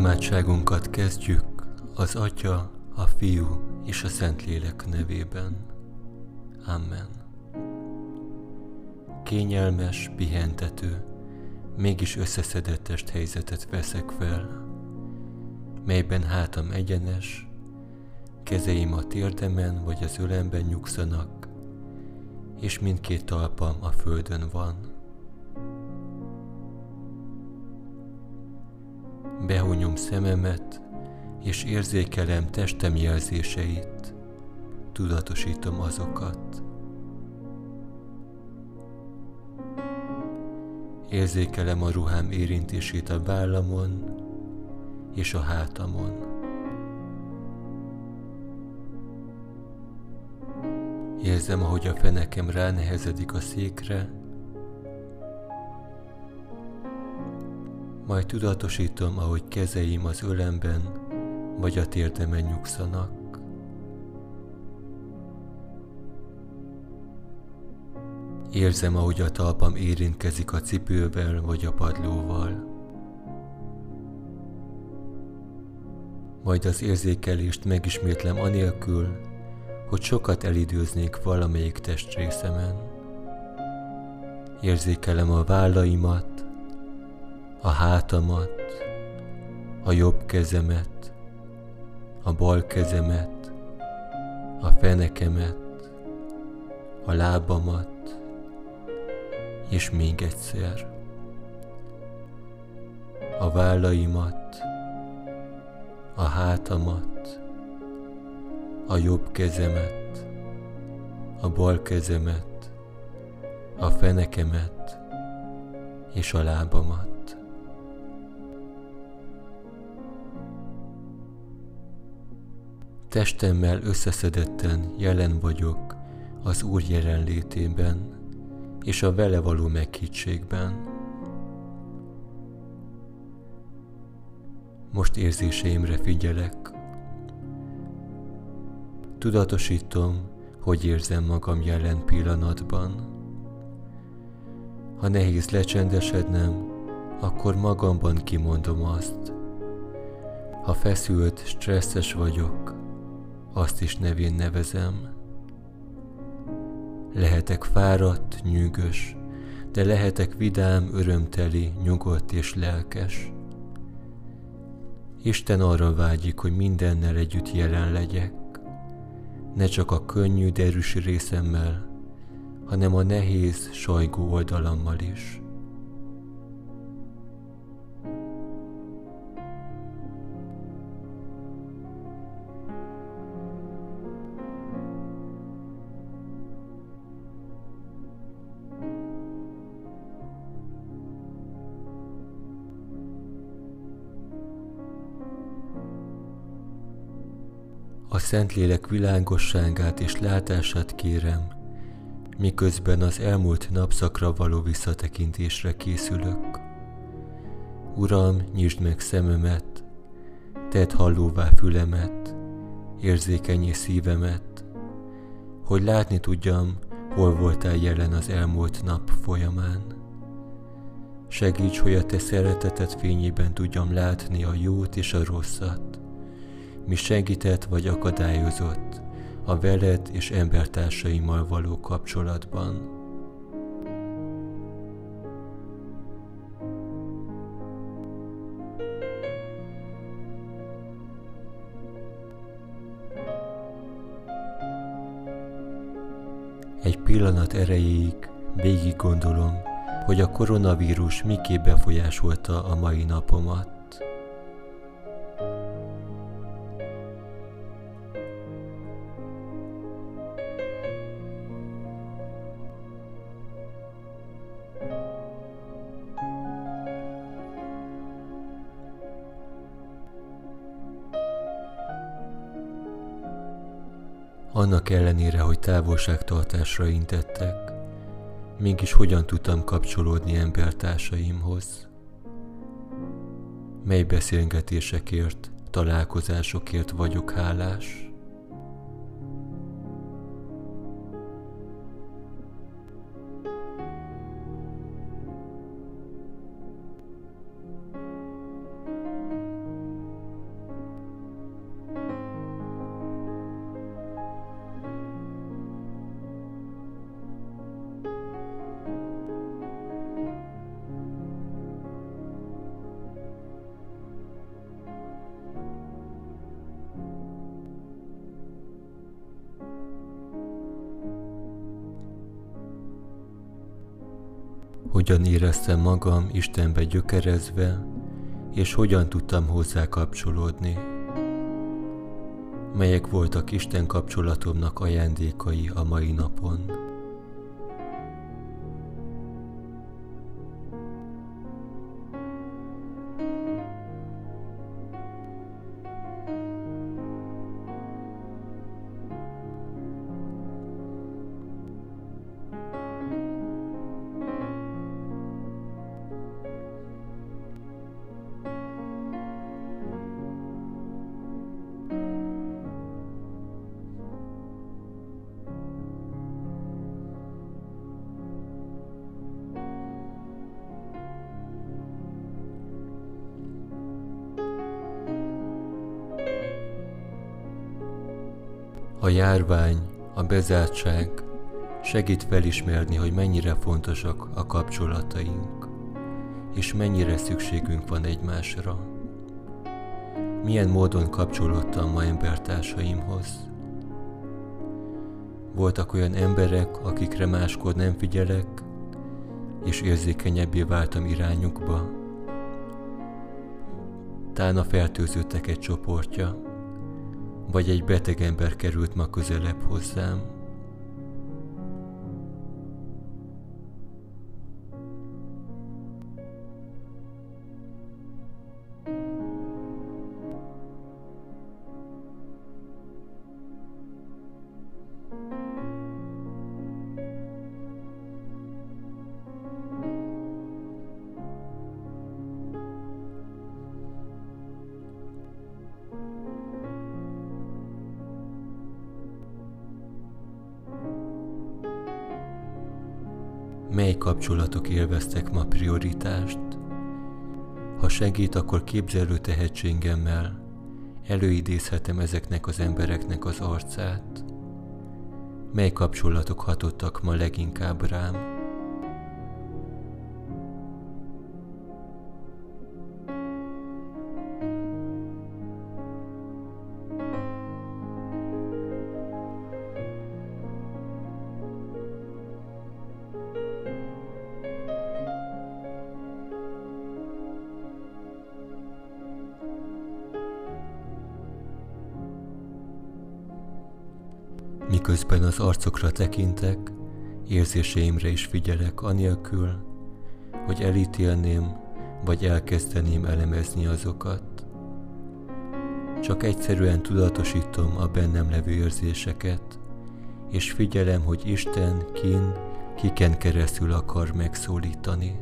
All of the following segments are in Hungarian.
Imádságunkat kezdjük az Atya, a Fiú és a Szentlélek nevében. Amen. Kényelmes, pihentető, mégis összeszedett testhelyzetet veszek fel, melyben hátam egyenes, kezeim a térdemen vagy az ölemben nyugszanak, és mindkét talpam a földön van. Behúnyom szememet, és érzékelem testem jelzéseit, tudatosítom azokat. Érzékelem a ruhám érintését a vállamon és a hátamon. Érzem, ahogy a fenekem ránehezedik a székre, majd tudatosítom, ahogy kezeim az ölemben vagy a térdemen nyugszanak. Érzem, ahogy a talpam érintkezik a cipővel vagy a padlóval. Majd az érzékelést megismétlem anélkül, hogy sokat elidőznék valamelyik testrészemen. Érzékelem a vállaimat, a hátamat, a jobb kezemet, a bal kezemet, a fenekemet, a lábamat, és még egyszer a vállaimat, a hátamat, a jobb kezemet, a bal kezemet, a fenekemet és a lábamat. Testemmel összeszedetten jelen vagyok az Úr jelenlétében és a vele való meghittségben. Most érzéseimre figyelek. Tudatosítom, hogy érzem magam jelen pillanatban. Ha nehéz lecsendesednem, akkor magamban kimondom azt. Ha feszült, stresszes vagyok, azt is nevén nevezem. Lehetek fáradt, nyűgös, de lehetek vidám, örömteli, nyugodt és lelkes. Isten arra vágyik, hogy mindennel együtt jelen legyek, ne csak a könnyű, derűs részemmel, hanem a nehéz, sajgó oldalammal is. A Szentlélek világosságát és látását kérem, miközben az elmúlt napszakra való visszatekintésre készülök. Uram, nyisd meg szememet, tedd hallóvá fülemet, érzékenyé szívemet, hogy látni tudjam, hol voltál jelen az elmúlt nap folyamán. Segíts, hogy a te szereteted fényében tudjam látni a jót és a rosszat, mi segített vagy akadályozott a veled és embertársaimmal való kapcsolatban. Egy pillanat erejéig végig gondolom, hogy a koronavírus miképp befolyásolta a mai napomat. Annak ellenére, hogy távolságtartásra intettek, mégis hogyan tudtam kapcsolódni embertársaimhoz? Mely beszélgetésekért, találkozásokért vagyok hálás? Hogyan éreztem magam Istenbe gyökerezve, és hogyan tudtam hozzá kapcsolódni. Melyek voltak Isten kapcsolatomnak ajándékai a mai napon. A járvány, a bezártság segít felismerni, hogy mennyire fontosak a kapcsolataink, és mennyire szükségünk van egymásra. Milyen módon kapcsolódtam ma embertársaimhoz. Voltak olyan emberek, akikre máskor nem figyelek, és érzékenyebbé váltam irányukba. Tán a fertőzöttek egy csoportja, vagy egy beteg ember került ma közelebb hozzám. Mely kapcsolatok élveztek ma prioritást? Ha segít, akkor képzelő tehetségemmel előidézhetem ezeknek az embereknek az arcát. Mely kapcsolatok hatottak ma leginkább rám? Miközben az arcokra tekintek, érzéseimre is figyelek, anélkül, hogy elítélném, vagy elkezdeném elemezni azokat. Csak egyszerűen tudatosítom a bennem levő érzéseket, és figyelem, hogy Isten kiken keresztül akar megszólítani.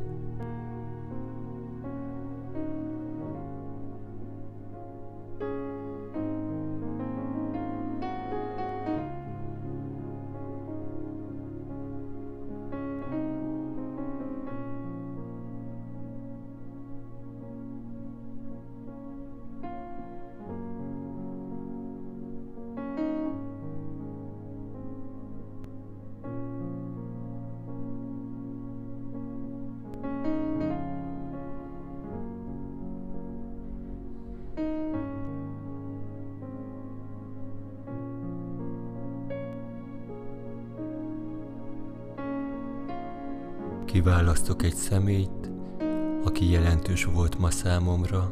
Kiválasztok egy személyt, aki jelentős volt ma számomra.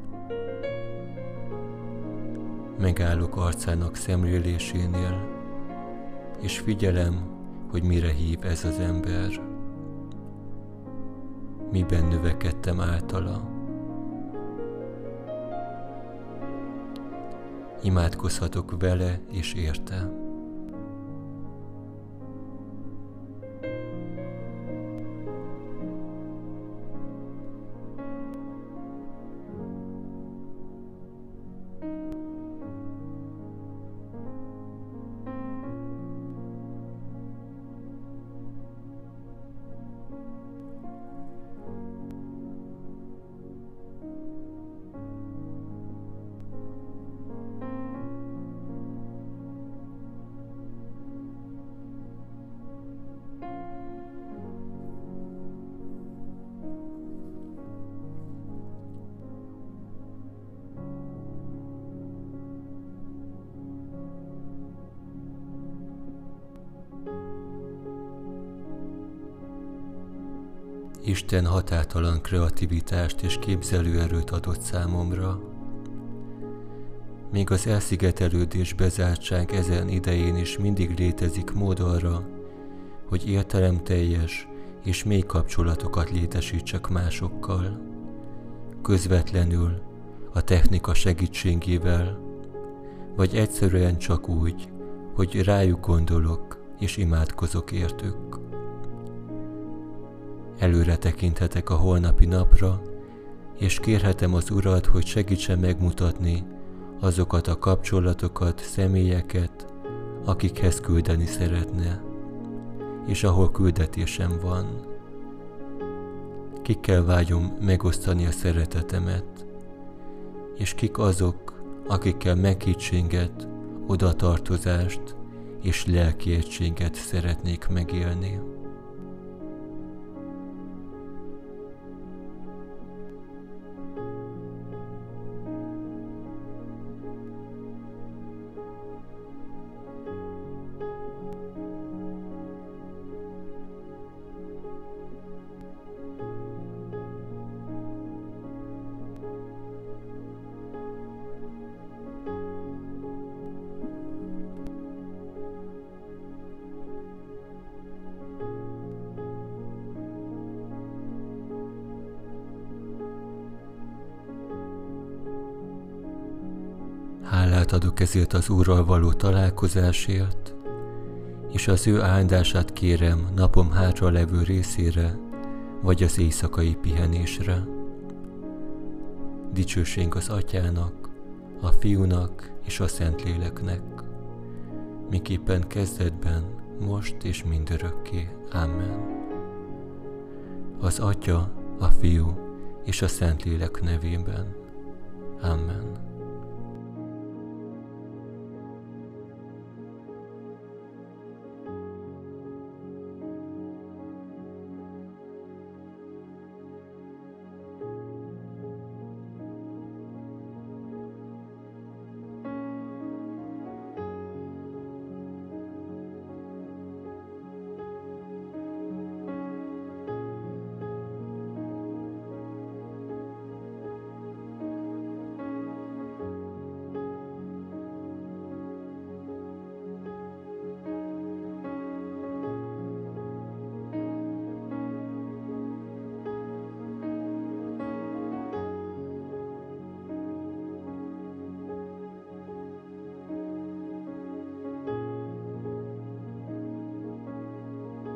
Megállok arcának szemlélésénél, és figyelem, hogy mire hív ez az ember. Miben növekedtem általa. Imádkozhatok vele és érte. Isten határtalan kreativitást és képzelőerőt adott számomra. Még az elszigetelődés, bezártság ezen idején is mindig létezik mód arra, hogy értelemteljes és mély kapcsolatokat létesítsek másokkal, közvetlenül, a technika segítségével, vagy egyszerűen csak úgy, hogy rájuk gondolok és imádkozok értük. Előre tekinthetek a holnapi napra, és kérhetem az Urat, hogy segítsen megmutatni azokat a kapcsolatokat, személyeket, akikhez küldeni szeretne, és ahol küldetésem van. Kikkel vágyom megosztani a szeretetemet, és kik azok, akikkel meghittséget, odatartozást és lelki egységet szeretnék megélni. Hálát adok ezért az Úrral való találkozásért, és az ő áldását kérem napom hátra levő részére, vagy az éjszakai pihenésre. Dicsőség az Atyának, a Fiúnak és a Szentléleknek, miképpen kezdetben, most és mindörökké. Amen. Az Atya, a Fiú és a Szentlélek nevében. Amen.